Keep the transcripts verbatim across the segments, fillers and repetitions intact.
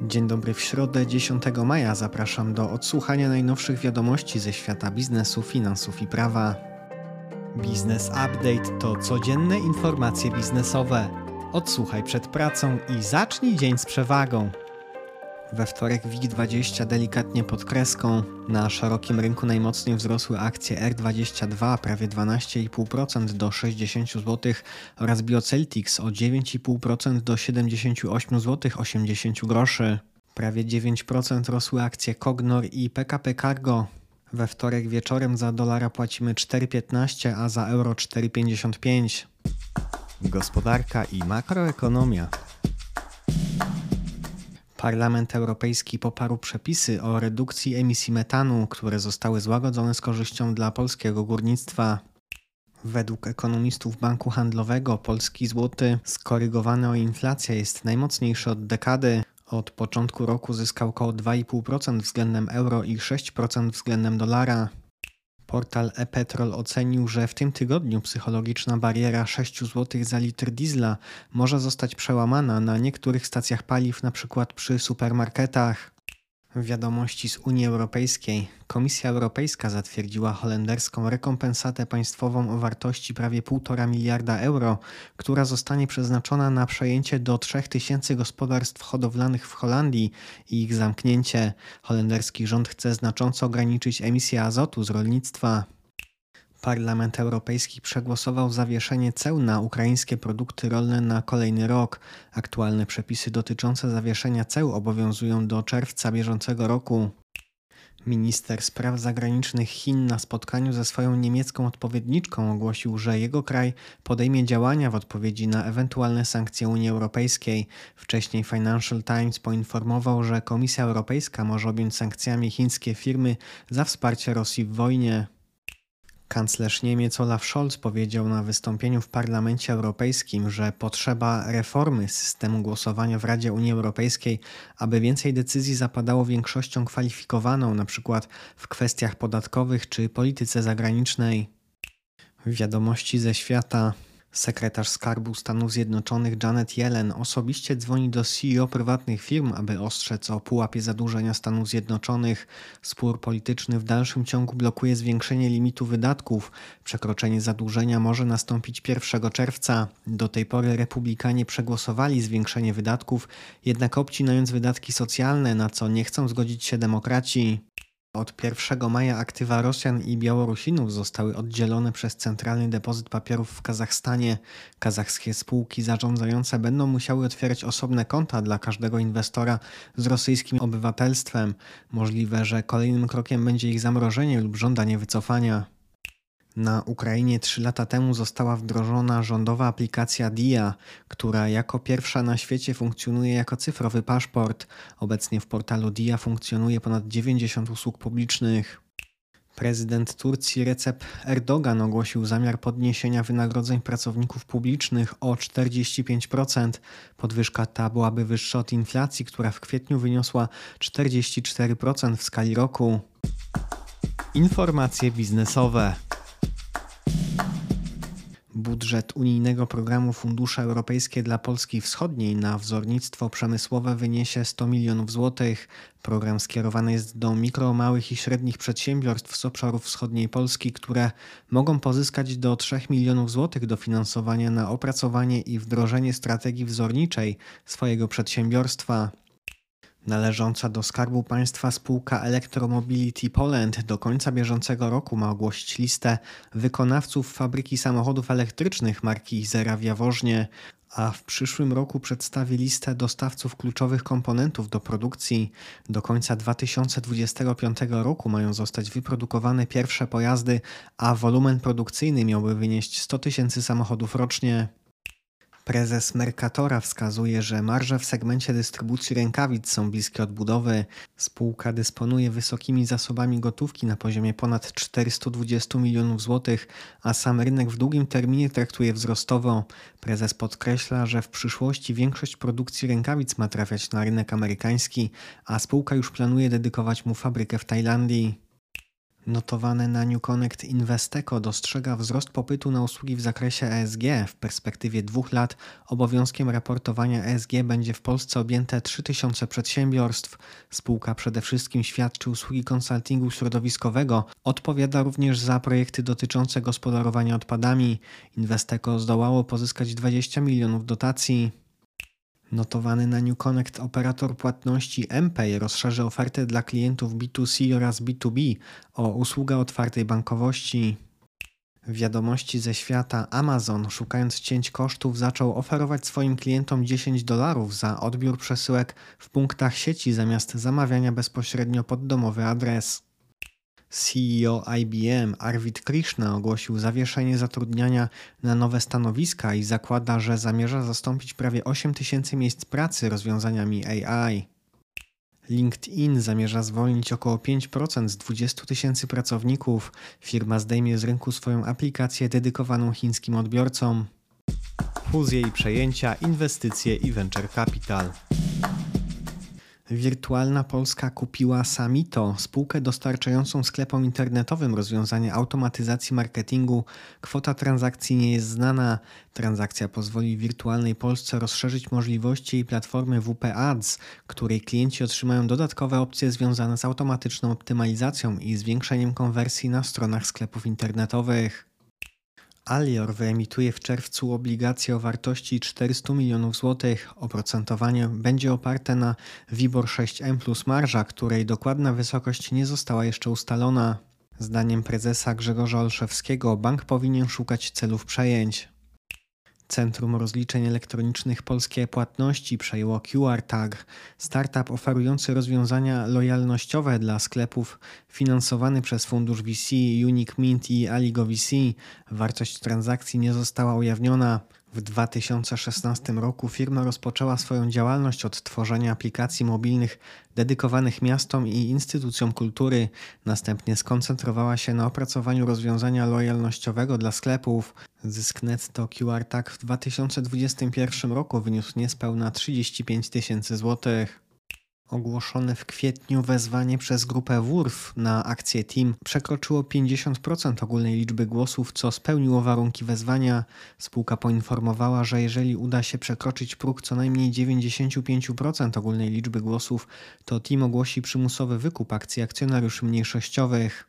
Dzień dobry, w środę dziesiątego maja zapraszam do odsłuchania najnowszych wiadomości ze świata biznesu, finansów i prawa. Biznes Update to codzienne informacje biznesowe. Odsłuchaj przed pracą i zacznij dzień z przewagą. We wtorek W I G dwadzieścia delikatnie pod kreską. Na szerokim rynku najmocniej wzrosły akcje R dwadzieścia dwa prawie dwanaście i pół procent do sześćdziesiąt złotych oraz Bioceltics o dziewięć i pół procent do siedemdziesiąt osiem złotych osiemdziesiąt groszy. Prawie dziewięć procent rosły akcje Cognor i P K P Cargo. We wtorek wieczorem za dolara płacimy cztery piętnaście, a za euro cztery pięćdziesiąt pięć. Gospodarka i makroekonomia. Parlament Europejski poparł przepisy o redukcji emisji metanu, które zostały złagodzone z korzyścią dla polskiego górnictwa. Według ekonomistów Banku Handlowego polski złoty skorygowany o inflację jest najmocniejszy od dekady. Od początku roku zyskał około dwa i pół procent względem euro i sześć procent względem dolara. Portal ePetrol ocenił, że w tym tygodniu psychologiczna bariera sześć złotych za litr diesla może zostać przełamana na niektórych stacjach paliw, np. przy supermarketach. Wiadomości z Unii Europejskiej. Komisja Europejska zatwierdziła holenderską rekompensatę państwową o wartości prawie półtora miliarda euro, która zostanie przeznaczona na przejęcie do trzech tysięcy gospodarstw hodowlanych w Holandii i ich zamknięcie. Holenderski rząd chce znacząco ograniczyć emisję azotu z rolnictwa. Parlament Europejski przegłosował zawieszenie ceł na ukraińskie produkty rolne na kolejny rok. Aktualne przepisy dotyczące zawieszenia ceł obowiązują do czerwca bieżącego roku. Minister spraw zagranicznych Chin na spotkaniu ze swoją niemiecką odpowiedniczką ogłosił, że jego kraj podejmie działania w odpowiedzi na ewentualne sankcje Unii Europejskiej. Wcześniej Financial Times poinformował, że Komisja Europejska może objąć sankcjami chińskie firmy za wsparcie Rosji w wojnie. Kanclerz Niemiec Olaf Scholz powiedział na wystąpieniu w Parlamencie Europejskim, że potrzeba reformy systemu głosowania w Radzie Unii Europejskiej, aby więcej decyzji zapadało większością kwalifikowaną, np. w kwestiach podatkowych czy polityce zagranicznej. Wiadomości ze świata. Sekretarz Skarbu Stanów Zjednoczonych Janet Yellen osobiście dzwoni do C E O prywatnych firm, aby ostrzec o pułapie zadłużenia Stanów Zjednoczonych. Spór polityczny w dalszym ciągu blokuje zwiększenie limitu wydatków. Przekroczenie zadłużenia może nastąpić pierwszego czerwca. Do tej pory republikanie przegłosowali zwiększenie wydatków, jednak obcinając wydatki socjalne, na co nie chcą zgodzić się demokraci. Od pierwszego maja aktywa Rosjan i Białorusinów zostały oddzielone przez Centralny Depozyt Papierów w Kazachstanie. Kazachskie spółki zarządzające będą musiały otwierać osobne konta dla każdego inwestora z rosyjskim obywatelstwem. Możliwe, że kolejnym krokiem będzie ich zamrożenie lub żądanie wycofania. Na Ukrainie trzy lata temu została wdrożona rządowa aplikacja D I A, która jako pierwsza na świecie funkcjonuje jako cyfrowy paszport. Obecnie w portalu D I A funkcjonuje ponad dziewięćdziesiąt usług publicznych. Prezydent Turcji Recep Erdogan ogłosił zamiar podniesienia wynagrodzeń pracowników publicznych o czterdzieści pięć procent. Podwyżka ta byłaby wyższa od inflacji, która w kwietniu wyniosła czterdzieści cztery procent w skali roku. Informacje biznesowe. Budżet unijnego programu Fundusze Europejskie dla Polski Wschodniej na wzornictwo przemysłowe wyniesie sto milionów złotych. Program skierowany jest do mikro, małych i średnich przedsiębiorstw z obszarów wschodniej Polski, które mogą pozyskać do trzech milionów złotych dofinansowania na opracowanie i wdrożenie strategii wzorniczej swojego przedsiębiorstwa. Należąca do Skarbu Państwa spółka Electromobility Poland do końca bieżącego roku ma ogłosić listę wykonawców fabryki samochodów elektrycznych marki Izera w Jaworznie, a w przyszłym roku przedstawi listę dostawców kluczowych komponentów do produkcji. Do końca dwa tysiące dwudziestego piątego roku mają zostać wyprodukowane pierwsze pojazdy, a wolumen produkcyjny miałby wynieść sto tysięcy samochodów rocznie. Prezes Mercatora wskazuje, że marże w segmencie dystrybucji rękawic są bliskie odbudowy. Spółka dysponuje wysokimi zasobami gotówki na poziomie ponad czterysta dwadzieścia milionów złotych, a sam rynek w długim terminie traktuje wzrostowo. Prezes podkreśla, że w przyszłości większość produkcji rękawic ma trafiać na rynek amerykański, a spółka już planuje dedykować mu fabrykę w Tajlandii. Notowane na NewConnect Investeco dostrzega wzrost popytu na usługi w zakresie E S G. W perspektywie dwóch lat obowiązkiem raportowania E S G będzie w Polsce objęte trzy tysiące przedsiębiorstw. Spółka przede wszystkim świadczy usługi konsultingu środowiskowego. Odpowiada również za projekty dotyczące gospodarowania odpadami. Investeco zdołało pozyskać dwadzieścia milionów dotacji. Notowany na NewConnect operator płatności mPay rozszerzy ofertę dla klientów B dwa C oraz B dwa B o usługę otwartej bankowości. Wiadomości ze świata: Amazon, szukając cięć kosztów, zaczął oferować swoim klientom dziesięć dolarów za odbiór przesyłek w punktach sieci zamiast zamawiania bezpośrednio pod domowy adres. C E O I B M Arvind Krishna ogłosił zawieszenie zatrudniania na nowe stanowiska i zakłada, że zamierza zastąpić prawie osiem tysięcy miejsc pracy rozwiązaniami A I. LinkedIn zamierza zwolnić około pięć procent z dwudziestu tysięcy pracowników. Firma zdejmie z rynku swoją aplikację dedykowaną chińskim odbiorcom. Fuzje i przejęcia, inwestycje i venture capital. Wirtualna Polska kupiła Samito, spółkę dostarczającą sklepom internetowym rozwiązania automatyzacji marketingu. Kwota transakcji nie jest znana. Transakcja pozwoli Wirtualnej Polsce rozszerzyć możliwości jej platformy W P Ads, której klienci otrzymają dodatkowe opcje związane z automatyczną optymalizacją i zwiększeniem konwersji na stronach sklepów internetowych. Alior wyemituje w czerwcu obligacje o wartości czterysta milionów złotych. Oprocentowanie będzie oparte na WIBOR sześć M plus marża, której dokładna wysokość nie została jeszcze ustalona. Zdaniem prezesa Grzegorza Olszewskiego bank powinien szukać celów przejęć. Centrum Rozliczeń Elektronicznych Polskie Płatności przejęło Q R Tag, startup oferujący rozwiązania lojalnościowe dla sklepów, finansowany przez fundusz V C Unique Mint i Aligo V C. Wartość transakcji nie została ujawniona. W dwa tysiące szesnastym roku firma rozpoczęła swoją działalność od tworzenia aplikacji mobilnych dedykowanych miastom i instytucjom kultury. Następnie skoncentrowała się na opracowaniu rozwiązania lojalnościowego dla sklepów. Zysk netto Q R Tag w dwa tysiące dwudziestym pierwszym roku wyniósł niespełna trzydzieści pięć tysięcy złotych. Ogłoszone w kwietniu wezwanie przez grupę W U R F na akcję Team przekroczyło pięćdziesiąt procent ogólnej liczby głosów, co spełniło warunki wezwania. Spółka poinformowała, że jeżeli uda się przekroczyć próg co najmniej dziewięćdziesiąt pięć procent ogólnej liczby głosów, to Team ogłosi przymusowy wykup akcji akcjonariuszy mniejszościowych.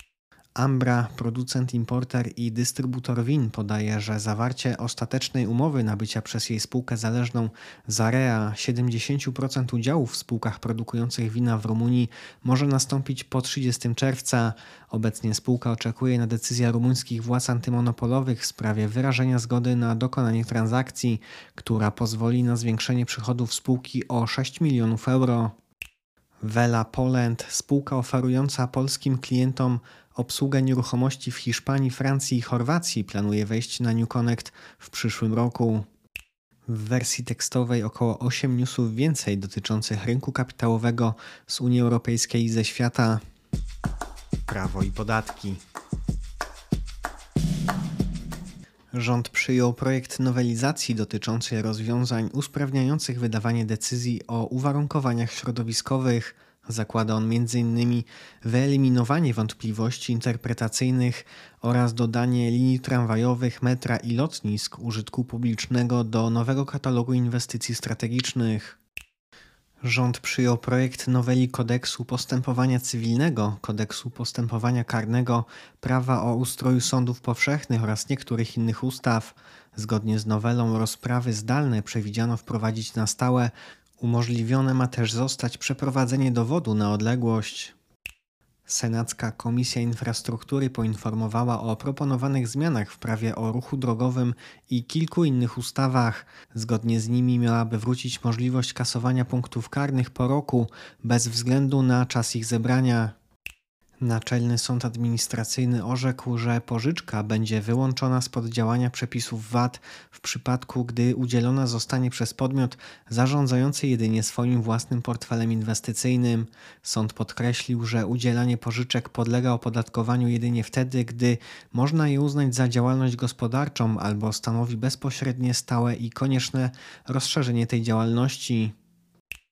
Ambra, producent, importer i dystrybutor win, podaje, że zawarcie ostatecznej umowy nabycia przez jej spółkę zależną Zarea siedemdziesiąt procent udziałów w spółkach produkujących wina w Rumunii może nastąpić po trzydziestego czerwca. Obecnie spółka oczekuje na decyzję rumuńskich władz antymonopolowych w sprawie wyrażenia zgody na dokonanie transakcji, która pozwoli na zwiększenie przychodów spółki o sześć milionów euro. Vela Poland, spółka oferująca polskim klientom obsługę nieruchomości w Hiszpanii, Francji i Chorwacji, planuje wejść na NewConnect w przyszłym roku. W wersji tekstowej około osiem newsów więcej dotyczących rynku kapitałowego z Unii Europejskiej i ze świata. Prawo i podatki. Rząd przyjął projekt nowelizacji dotyczącej rozwiązań usprawniających wydawanie decyzji o uwarunkowaniach środowiskowych. Zakłada on między innymi wyeliminowanie wątpliwości interpretacyjnych oraz dodanie linii tramwajowych, metra i lotnisk użytku publicznego do nowego katalogu inwestycji strategicznych. Rząd przyjął projekt noweli Kodeksu Postępowania Cywilnego, Kodeksu Postępowania Karnego, Prawa o ustroju sądów powszechnych oraz niektórych innych ustaw. Zgodnie z nowelą rozprawy zdalne przewidziano wprowadzić na stałe. Umożliwione ma też zostać przeprowadzenie dowodu na odległość. Senacka Komisja Infrastruktury poinformowała o proponowanych zmianach w prawie o ruchu drogowym i kilku innych ustawach. Zgodnie z nimi miałaby wrócić możliwość kasowania punktów karnych po roku, bez względu na czas ich zebrania. Naczelny Sąd Administracyjny orzekł, że pożyczka będzie wyłączona spod działania przepisów V A T w przypadku, gdy udzielona zostanie przez podmiot zarządzający jedynie swoim własnym portfelem inwestycyjnym. Sąd podkreślił, że udzielanie pożyczek podlega opodatkowaniu jedynie wtedy, gdy można je uznać za działalność gospodarczą albo stanowi bezpośrednie, stałe i konieczne rozszerzenie tej działalności.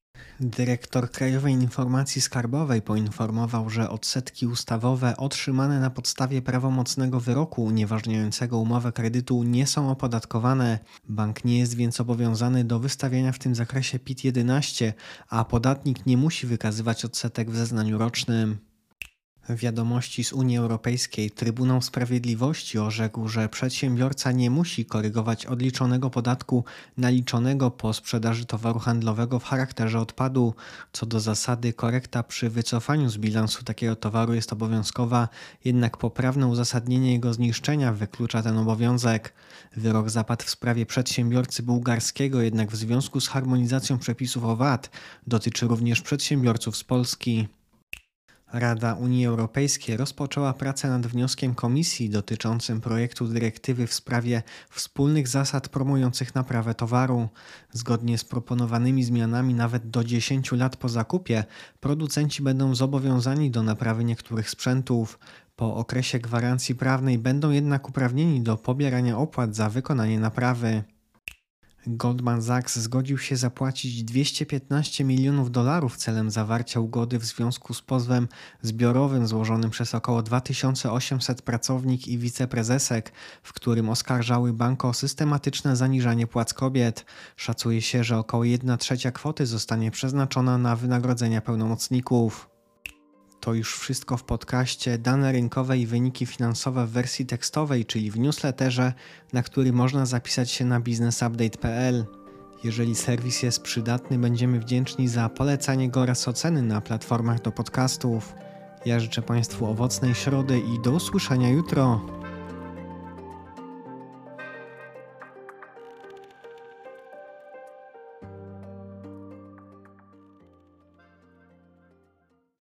Dyrektor Krajowej Informacji Skarbowej poinformował, że odsetki ustawowe otrzymane na podstawie prawomocnego wyroku unieważniającego umowę kredytu nie są opodatkowane. Bank nie jest więc obowiązany do wystawiania w tym zakresie P I T jedenaście, a podatnik nie musi wykazywać odsetek w zeznaniu rocznym. Wiadomości z Unii Europejskiej. Trybunał Sprawiedliwości orzekł, że przedsiębiorca nie musi korygować odliczonego podatku naliczonego po sprzedaży towaru handlowego w charakterze odpadu. Co do zasady, korekta przy wycofaniu z bilansu takiego towaru jest obowiązkowa, jednak poprawne uzasadnienie jego zniszczenia wyklucza ten obowiązek. Wyrok zapadł w sprawie przedsiębiorcy bułgarskiego, jednak w związku z harmonizacją przepisów o V A T dotyczy również przedsiębiorców z Polski. Rada Unii Europejskiej rozpoczęła pracę nad wnioskiem Komisji dotyczącym projektu dyrektywy w sprawie wspólnych zasad promujących naprawę towaru. Zgodnie z proponowanymi zmianami nawet do dziesięciu lat po zakupie producenci będą zobowiązani do naprawy niektórych sprzętów. Po okresie gwarancji prawnej będą jednak uprawnieni do pobierania opłat za wykonanie naprawy. Goldman Sachs zgodził się zapłacić dwieście piętnaście milionów dolarów celem zawarcia ugody w związku z pozwem zbiorowym złożonym przez około dwa tysiące osiemset pracownik i wiceprezesek, w którym oskarżały bank o systematyczne zaniżanie płac kobiet. Szacuje się, że około jedna trzecia kwoty zostanie przeznaczona na wynagrodzenia pełnomocników. To już wszystko w podcaście. Dane rynkowe i wyniki finansowe w wersji tekstowej, czyli w newsletterze, na który można zapisać się na biznesupdate kropka p l. Jeżeli serwis jest przydatny, będziemy wdzięczni za polecanie go oraz oceny na platformach do podcastów. Ja życzę Państwu owocnej środy i do usłyszenia jutro.